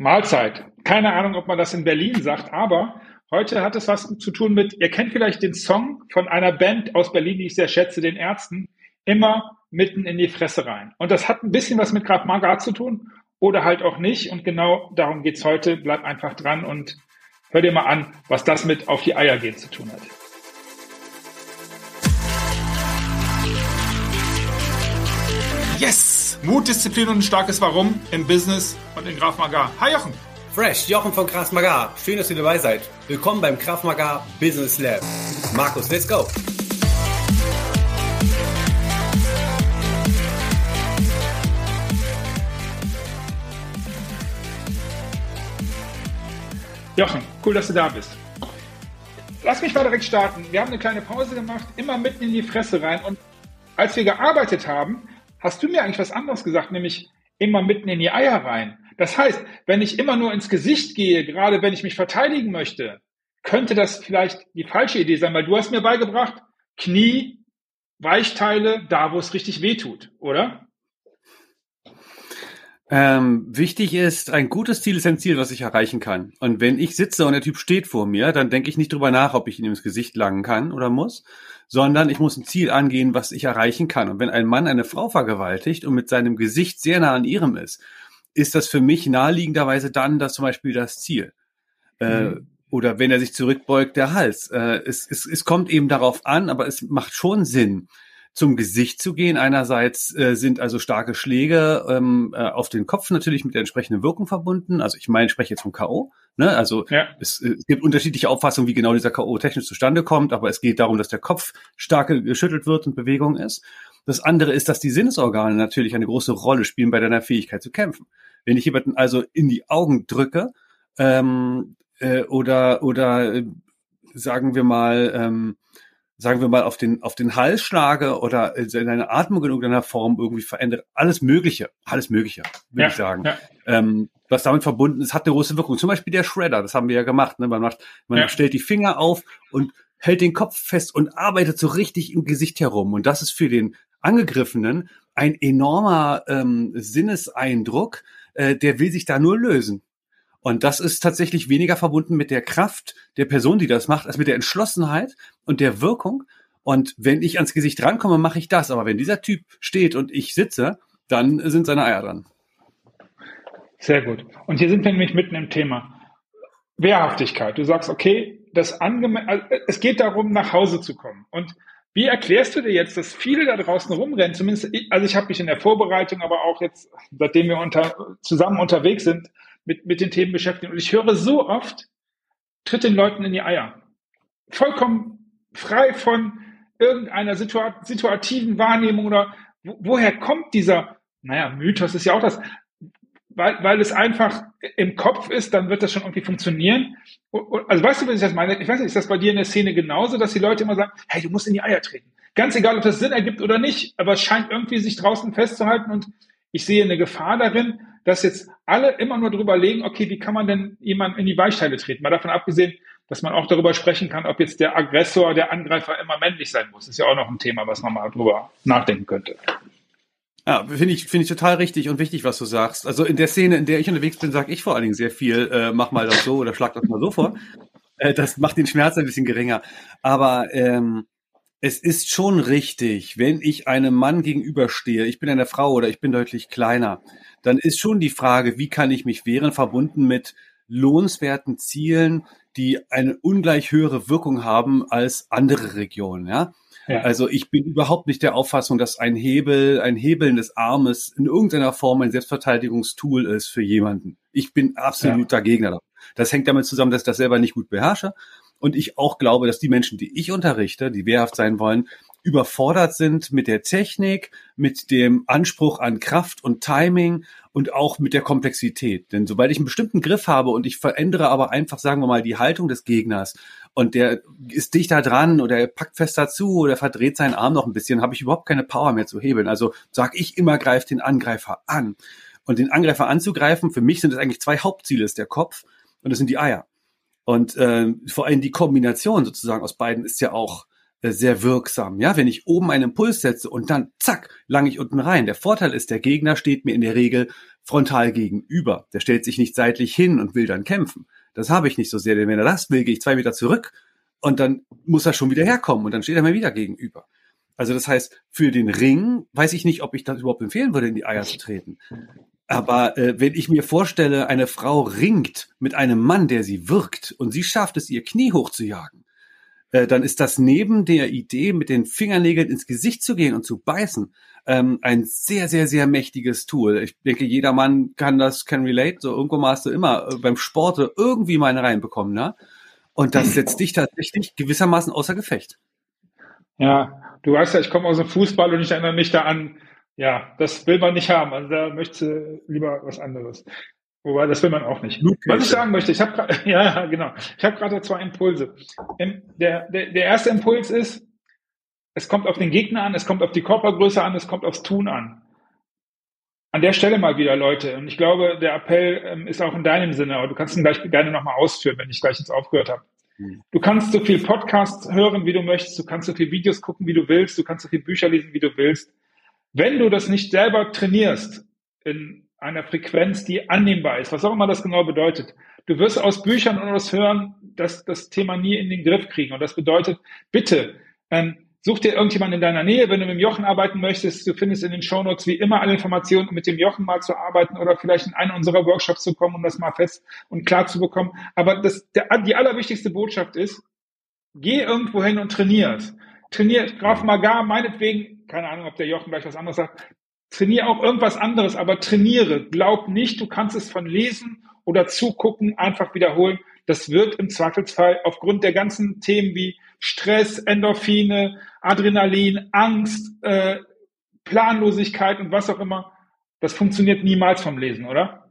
Mahlzeit. Keine Ahnung, ob man das in Berlin sagt, aber heute hat es was zu tun mit, ihr kennt vielleicht den Song von einer Band aus Berlin, die ich sehr schätze, den Ärzten, immer mitten in die Fresse rein. Und das hat ein bisschen was mit Krav Maga zu tun oder halt auch nicht. Und genau darum geht's heute. Bleib einfach dran und hör dir mal an, was das mit auf die Eier gehen zu tun hat. Yes! Mut, Disziplin und ein starkes Warum im Business und in Krav Maga. Hi Jochen! Fresh, Jochen von Krav Maga. Schön, dass ihr dabei seid. Willkommen beim Krav Maga Business Lab. Markus, let's go! Jochen, cool, dass du da bist. Lass mich mal direkt starten. Wir haben eine kleine Pause gemacht, immer mitten in die Fresse rein. Und als wir gearbeitet haben, hast du mir eigentlich was anderes gesagt, nämlich immer mitten in die Eier rein. Das heißt, wenn ich immer nur ins Gesicht gehe, gerade wenn ich mich verteidigen möchte, könnte das vielleicht die falsche Idee sein, weil du hast mir beigebracht, Knie, Weichteile, da wo es richtig weh tut, oder? Wichtig ist, ein gutes Ziel ist ein Ziel, was ich erreichen kann. Und wenn ich sitze und der Typ steht vor mir, dann denke ich nicht drüber nach, ob ich ihn ins Gesicht langen kann oder muss, sondern ich muss ein Ziel angehen, was ich erreichen kann. Und wenn ein Mann eine Frau vergewaltigt und mit seinem Gesicht sehr nah an ihrem ist das für mich naheliegenderweise dann zum Beispiel das Ziel. Oder wenn er sich zurückbeugt, der Hals. Es kommt eben darauf an, aber es macht schon Sinn, zum Gesicht zu gehen. Einerseits sind also starke Schläge auf den Kopf natürlich mit der entsprechenden Wirkung verbunden. Also ich spreche jetzt vom K.O. Ne? Also ja. Es gibt unterschiedliche Auffassungen, wie genau dieser K.O. technisch zustande kommt, aber es geht darum, dass der Kopf stark geschüttelt wird und Bewegung ist. Das andere ist, dass die Sinnesorgane natürlich eine große Rolle spielen bei deiner Fähigkeit zu kämpfen. Wenn ich jemanden also in die Augen drücke oder sagen wir mal auf den Hals schlage oder seine Atmung in irgendeiner Form irgendwie verändert, alles Mögliche, würde ich sagen. Ja. Was damit verbunden ist, hat eine große Wirkung. Zum Beispiel der Shredder, das haben wir ja gemacht. Ne? Man stellt die Finger auf und hält den Kopf fest und arbeitet so richtig im Gesicht herum. Und das ist für den Angegriffenen ein enormer Sinneseindruck, der will sich da nur lösen. Und das ist tatsächlich weniger verbunden mit der Kraft der Person, die das macht, als mit der Entschlossenheit und der Wirkung. Und wenn ich ans Gesicht rankomme, mache ich das. Aber wenn dieser Typ steht und ich sitze, dann sind seine Eier dran. Sehr gut. Und hier sind wir nämlich mitten im Thema Wehrhaftigkeit. Du sagst, okay, es geht darum, nach Hause zu kommen. Und wie erklärst du dir jetzt, dass viele da draußen rumrennen? Zumindest, ich habe mich in der Vorbereitung, aber auch jetzt, seitdem wir zusammen unterwegs sind, mit den Themen beschäftigen. Und ich höre so oft, tritt den Leuten in die Eier. Vollkommen frei von irgendeiner situativen Wahrnehmung oder woher kommt dieser, Mythos ist ja auch das, weil es einfach im Kopf ist, dann wird das schon irgendwie funktionieren. Also weißt du, was ich das meine? Ich weiß nicht, ist das bei dir in der Szene genauso, dass die Leute immer sagen, hey, du musst in die Eier treten. Ganz egal, ob das Sinn ergibt oder nicht, aber es scheint irgendwie sich draußen festzuhalten und ich sehe eine Gefahr darin, dass jetzt alle immer nur drüber legen, okay, wie kann man denn jemanden in die Weichteile treten? Mal davon abgesehen, dass man auch darüber sprechen kann, ob jetzt der Aggressor, der Angreifer immer männlich sein muss. Das ist ja auch noch ein Thema, was man mal drüber nachdenken könnte. Ja, finde ich total richtig und wichtig, was du sagst. Also in der Szene, in der ich unterwegs bin, sage ich vor allen Dingen sehr viel, mach mal das so oder schlag das mal so vor. Das macht den Schmerz ein bisschen geringer. Aber es ist schon richtig, wenn ich einem Mann gegenüberstehe, ich bin eine Frau oder ich bin deutlich kleiner, dann ist schon die Frage, wie kann ich mich wehren, verbunden mit lohnenswerten Zielen, die eine ungleich höhere Wirkung haben als andere Regionen, ja. Ja. Also ich bin überhaupt nicht der Auffassung, dass ein Hebeln des Armes in irgendeiner Form ein Selbstverteidigungstool ist für jemanden. Ich bin absoluter Gegner. Das hängt damit zusammen, dass ich das selber nicht gut beherrsche. Und ich auch glaube, dass die Menschen, die ich unterrichte, die wehrhaft sein wollen, überfordert sind mit der Technik, mit dem Anspruch an Kraft und Timing und auch mit der Komplexität. Denn sobald ich einen bestimmten Griff habe und ich verändere aber einfach, sagen wir mal, die Haltung des Gegners und der ist dichter dran oder er packt fester zu oder verdreht seinen Arm noch ein bisschen, habe ich überhaupt keine Power mehr zu hebeln. Also sage ich immer, greif den Angreifer an. Und den Angreifer anzugreifen, für mich sind es eigentlich zwei Hauptziele, ist der Kopf und das sind die Eier. Und vor allem die Kombination sozusagen aus beiden ist ja auch sehr wirksam. Ja, wenn ich oben einen Impuls setze und dann zack, lange ich unten rein. Der Vorteil ist, der Gegner steht mir in der Regel frontal gegenüber. Der stellt sich nicht seitlich hin und will dann kämpfen. Das habe ich nicht so sehr, denn wenn er das will, gehe ich 2 Meter zurück und dann muss er schon wieder herkommen und dann steht er mir wieder gegenüber. Also das heißt, für den Ring weiß ich nicht, ob ich das überhaupt empfehlen würde, in die Eier zu treten. Aber wenn ich mir vorstelle, eine Frau ringt mit einem Mann, der sie wirkt und sie schafft es, ihr Knie hochzujagen, dann ist das neben der Idee, mit den Fingernägeln ins Gesicht zu gehen und zu beißen, ein sehr, sehr, sehr mächtiges Tool. Ich denke, jeder Mann can relate. So irgendwo mal hast du immer beim Sport irgendwie mal eine reinbekommen, ne? Und das setzt dich tatsächlich gewissermaßen außer Gefecht. Ja, du weißt ja, ich komme aus dem Fußball und ich erinnere mich da an, ja, das will man nicht haben. Also da möchte lieber was anderes. Wobei, das will man auch nicht. Was ich sagen möchte, ich habe gerade, ja, genau, ich habe gerade 2 Impulse. Der erste Impuls ist, es kommt auf den Gegner an, es kommt auf die Körpergröße an, es kommt aufs Tun an. An der Stelle mal wieder, Leute. Und ich glaube, der Appell ist auch in deinem Sinne, aber du kannst ihn gleich gerne nochmal ausführen, wenn ich gleich jetzt aufgehört habe. Du kannst so viel Podcasts hören, wie du möchtest, du kannst so viel Videos gucken, wie du willst, du kannst so viel Bücher lesen, wie du willst. Wenn du das nicht selber trainierst, in einer Frequenz, die annehmbar ist, was auch immer das genau bedeutet, du wirst aus Büchern und aus Hören das Thema nie in den Griff kriegen. Und das bedeutet, bitte, such dir irgendjemanden in deiner Nähe, wenn du mit dem Jochen arbeiten möchtest. Du findest in den Shownotes wie immer alle Informationen, um mit dem Jochen mal zu arbeiten oder vielleicht in einen unserer Workshops zu kommen, um das mal fest und klar zu bekommen. Aber die allerwichtigste Botschaft ist, geh irgendwo hin und trainiert. Trainiert Krav Maga, meinetwegen, keine Ahnung, ob der Jochen gleich was anderes sagt, trainier auch irgendwas anderes, aber trainiere. Glaub nicht, du kannst es von Lesen oder Zugucken einfach wiederholen. Das wird im Zweifelsfall aufgrund der ganzen Themen wie Stress, Endorphine, Adrenalin, Angst, Planlosigkeit und was auch immer, das funktioniert niemals vom Lesen, oder?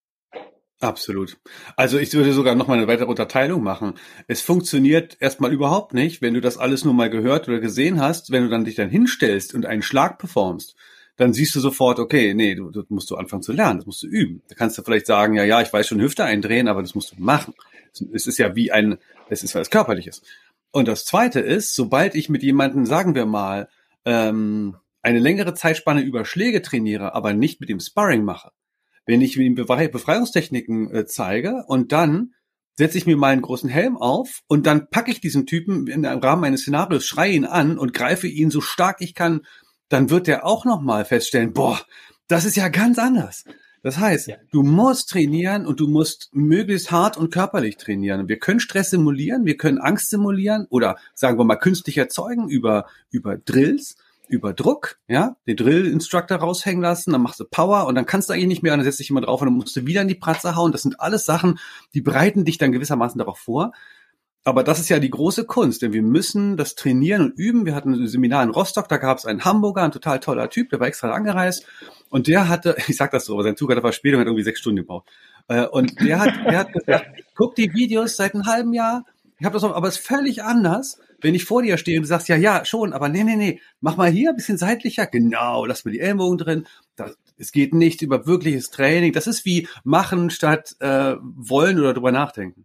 Absolut. Also ich würde sogar noch mal eine weitere Unterteilung machen. Es funktioniert erstmal überhaupt nicht, wenn du das alles nur mal gehört oder gesehen hast, wenn du dann dich dann hinstellst und einen Schlag performst, dann siehst du sofort, okay, nee, das musst du anfangen zu lernen, das musst du üben. Da kannst du vielleicht sagen, ja, ich weiß schon Hüfte eindrehen, aber das musst du machen. Es ist ja es ist was Körperliches. Und das Zweite ist, sobald ich mit jemandem, sagen wir mal, eine längere Zeitspanne über Schläge trainiere, aber nicht mit dem Sparring mache, wenn ich ihm Befreiungstechniken zeige und dann setze ich mir mal einen großen Helm auf und dann packe ich diesen Typen im Rahmen eines Szenarios, schreie ihn an und greife ihn so stark ich kann, dann wird der auch nochmal feststellen, das ist ja ganz anders. Das heißt, Du musst trainieren und du musst möglichst hart und körperlich trainieren. Wir können Stress simulieren, wir können Angst simulieren oder sagen wir mal künstlich erzeugen über Drills, über Druck, ja, den Drill-Instructor raushängen lassen, dann machst du Power und dann kannst du eigentlich nicht mehr und dann setzt dich jemand drauf und dann musst du wieder in die Pratze hauen. Das sind alles Sachen, die bereiten dich dann gewissermaßen darauf vor. Aber das ist ja die große Kunst, denn wir müssen das trainieren und üben. Wir hatten ein Seminar in Rostock, da gab es einen Hamburger, ein total toller Typ, der war extra angereist und der hatte, ich sag das so, aber sein Zug hatte Verspätung, hat irgendwie 6 Stunden gebraucht. Und der hat gesagt, ich guck die Videos seit einem halben Jahr, ich habe das noch, aber es ist völlig anders, wenn ich vor dir stehe und du sagst, ja, schon, aber nee, mach mal hier ein bisschen seitlicher, genau, lass mal die Ellenbogen drin. Es geht nicht über wirkliches Training. Das ist wie machen statt wollen oder drüber nachdenken.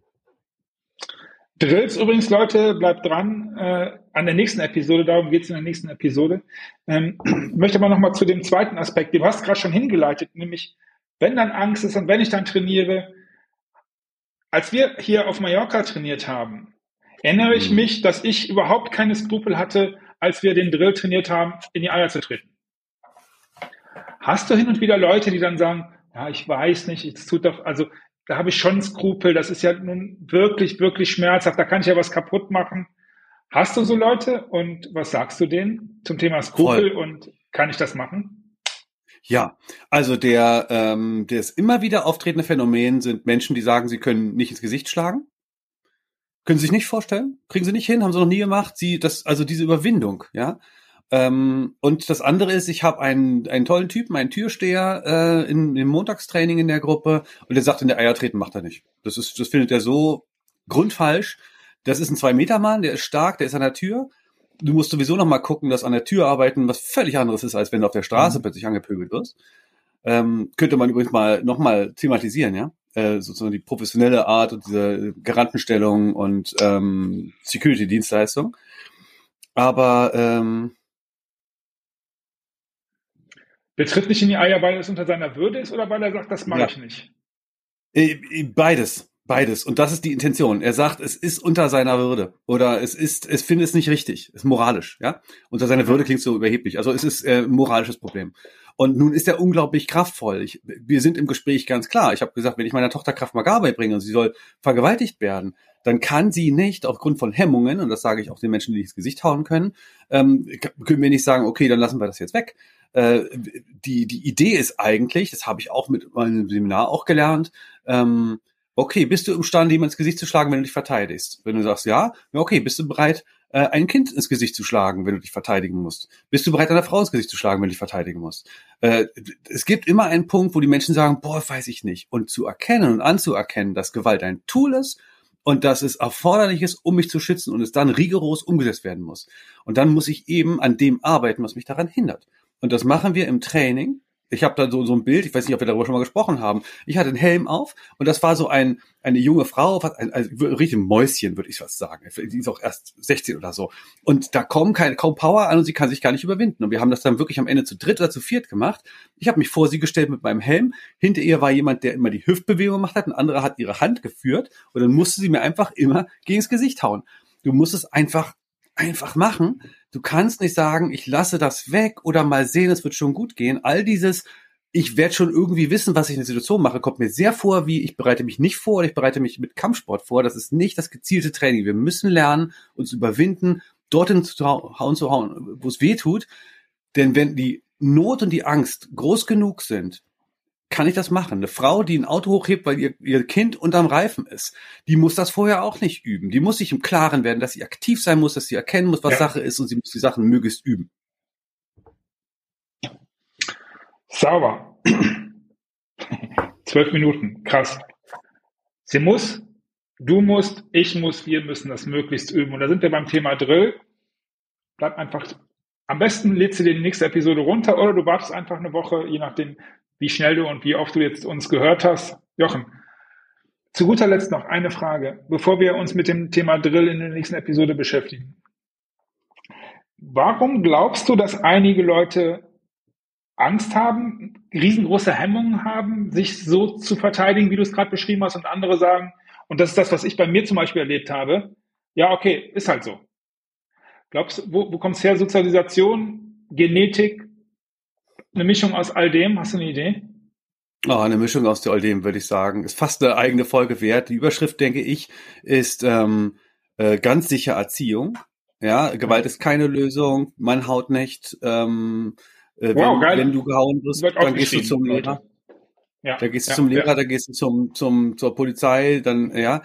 Drills übrigens, Leute, bleibt dran an der nächsten Episode, darum geht es in der nächsten Episode. Möchte aber nochmal zu dem zweiten Aspekt, du hast gerade schon hingeleitet, nämlich wenn dann Angst ist und wenn ich dann trainiere. Als wir hier auf Mallorca trainiert haben, erinnere ich mich, dass ich überhaupt keine Skrupel hatte, als wir den Drill trainiert haben, in die Eier zu treten. Hast du hin und wieder Leute, die dann sagen, ja, ich weiß nicht, es tut doch, also da habe ich schon Skrupel, das ist ja nun wirklich, wirklich schmerzhaft, da kann ich ja was kaputt machen. Hast du so Leute und was sagst du denen zum Thema Skrupel und kann ich das machen? Ja, also das immer wieder auftretende Phänomen sind Menschen, die sagen, sie können nicht ins Gesicht schlagen, können sie sich nicht vorstellen, kriegen sie nicht hin, haben sie noch nie gemacht, also diese Überwindung, ja. Und das andere ist, ich habe einen tollen Typen, einen Türsteher im Montagstraining in der Gruppe und der sagt, in der Eier treten macht er nicht. Das findet er so grundfalsch. Das ist ein 2-Meter-Mann, der ist stark, der ist an der Tür. Du musst sowieso noch mal gucken, dass an der Tür arbeiten was völlig anderes ist, als wenn du auf der Straße plötzlich angepöbelt wirst. Könnte man übrigens noch mal thematisieren, ja? Sozusagen die professionelle Art und diese Garantenstellung und Security-Dienstleistung. Aber Der tritt nicht in die Eier, weil es unter seiner Würde ist oder weil er sagt, das mache ja, ich nicht? beides. Beides. Und das ist die Intention. Er sagt, es ist unter seiner Würde. Oder es findet es nicht richtig. Es ist moralisch, ja. Unter seiner Würde klingt so überheblich. Also es ist ein moralisches Problem. Und nun ist er unglaublich kraftvoll. Wir sind im Gespräch ganz klar. Ich habe gesagt, wenn ich meiner Tochter Krav Maga beibringe und sie soll vergewaltigt werden, dann kann sie nicht aufgrund von Hemmungen, und das sage ich auch den Menschen, die ins Gesicht hauen können, können wir nicht sagen, okay, dann lassen wir das jetzt weg. Die Idee ist eigentlich, das habe ich auch mit meinem Seminar auch gelernt, okay, bist du imstande, jemand ins Gesicht zu schlagen, wenn du dich verteidigst? Wenn du sagst, ja, okay, bist du bereit, ein Kind ins Gesicht zu schlagen, wenn du dich verteidigen musst? Bist du bereit, einer Frau ins Gesicht zu schlagen, wenn du dich verteidigen musst? Es gibt immer einen Punkt, wo die Menschen sagen, boah, weiß ich nicht. Und zu erkennen und anzuerkennen, dass Gewalt ein Tool ist und dass es erforderlich ist, um mich zu schützen und es dann rigoros umgesetzt werden muss. Und dann muss ich eben an dem arbeiten, was mich daran hindert. Und das machen wir im Training. Ich habe da so ein Bild, ich weiß nicht, ob wir darüber schon mal gesprochen haben. Ich hatte einen Helm auf und das war so eine junge Frau, also richtig ein Mäuschen, würde ich fast sagen. Die ist auch erst 16 oder so. Und da kaum Power an und sie kann sich gar nicht überwinden. Und wir haben das dann wirklich am Ende zu dritt oder zu viert gemacht. Ich habe mich vor sie gestellt mit meinem Helm. Hinter ihr war jemand, der immer die Hüftbewegung gemacht hat. Ein anderer hat ihre Hand geführt. Und dann musste sie mir einfach immer gegens Gesicht hauen. Du musst es einfach machen. Du kannst nicht sagen, ich lasse das weg oder mal sehen, es wird schon gut gehen. All dieses, ich werde schon irgendwie wissen, was ich in der Situation mache, kommt mir sehr vor, wie ich bereite mich nicht vor oder ich bereite mich mit Kampfsport vor. Das ist nicht das gezielte Training. Wir müssen lernen, uns überwinden, dorthin zu hauen, wo es weh tut. Denn wenn die Not und die Angst groß genug sind, kann ich das machen. Eine Frau, die ein Auto hochhebt, weil ihr Kind unterm Reifen ist, die muss das vorher auch nicht üben. Die muss sich im Klaren werden, dass sie aktiv sein muss, dass sie erkennen muss, was Sache ist und sie muss die Sachen möglichst üben. Sauber. 12 Minuten. Krass. Sie muss, du musst, ich muss, wir müssen das möglichst üben. Und da sind wir beim Thema Drill. Bleib einfach, am besten lädst du dir die nächste Episode runter oder du wartest einfach eine Woche, je nachdem, wie schnell du und wie oft du jetzt uns gehört hast. Jochen, zu guter Letzt noch eine Frage, bevor wir uns mit dem Thema Drill in der nächsten Episode beschäftigen. Warum glaubst du, dass einige Leute Angst haben, riesengroße Hemmungen haben, sich so zu verteidigen, wie du es gerade beschrieben hast, und andere sagen, und das ist das, was ich bei mir zum Beispiel erlebt habe, ja, okay, ist halt so. Glaubst du, wo kommt es her? Sozialisation, Genetik, eine Mischung aus all dem? Hast du eine Idee? Eine Mischung aus all dem, würde ich sagen. Ist fast eine eigene Folge wert. Die Überschrift, denke ich, ist ganz sicher Erziehung. Ja, Gewalt ist keine Lösung. Man haut nicht. Wenn du gehauen wirst, dann gehst du zum Lehrer. Ja, da gehst du zum Lehrer, da gehst du zur Polizei, dann, ja.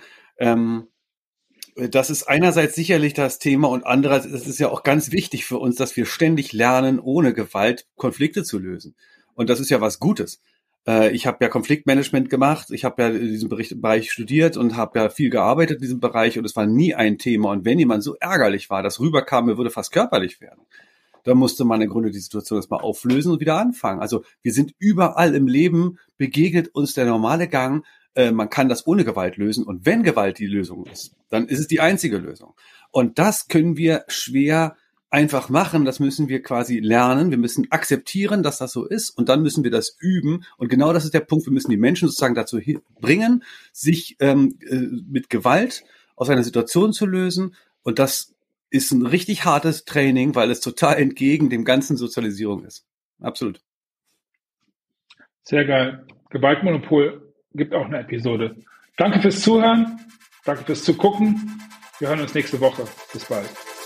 Das ist einerseits sicherlich das Thema und andererseits ist es ja auch ganz wichtig für uns, dass wir ständig lernen, ohne Gewalt Konflikte zu lösen. Und das ist ja was Gutes. Ich habe ja Konfliktmanagement gemacht, ich habe ja in diesem Bereich studiert und habe ja viel gearbeitet in diesem Bereich und es war nie ein Thema. Und wenn jemand so ärgerlich war, dass rüberkam, er würde fast körperlich werden, dann musste man im Grunde die Situation erstmal auflösen und wieder anfangen. Also wir sind überall im Leben, begegnet uns der normale Gang. Man kann das ohne Gewalt lösen. Und wenn Gewalt die Lösung ist, dann ist es die einzige Lösung. Und das können wir schwer einfach machen. Das müssen wir quasi lernen. Wir müssen akzeptieren, dass das so ist. Und dann müssen wir das üben. Und genau das ist der Punkt. Wir müssen die Menschen sozusagen dazu bringen, sich mit Gewalt aus einer Situation zu lösen. Und das ist ein richtig hartes Training, weil es total entgegen dem ganzen Sozialisierung ist. Absolut. Sehr geil. Gewaltmonopol gibt auch eine Episode. Danke fürs Zuhören. Danke fürs Zugucken. Wir hören uns nächste Woche. Bis bald.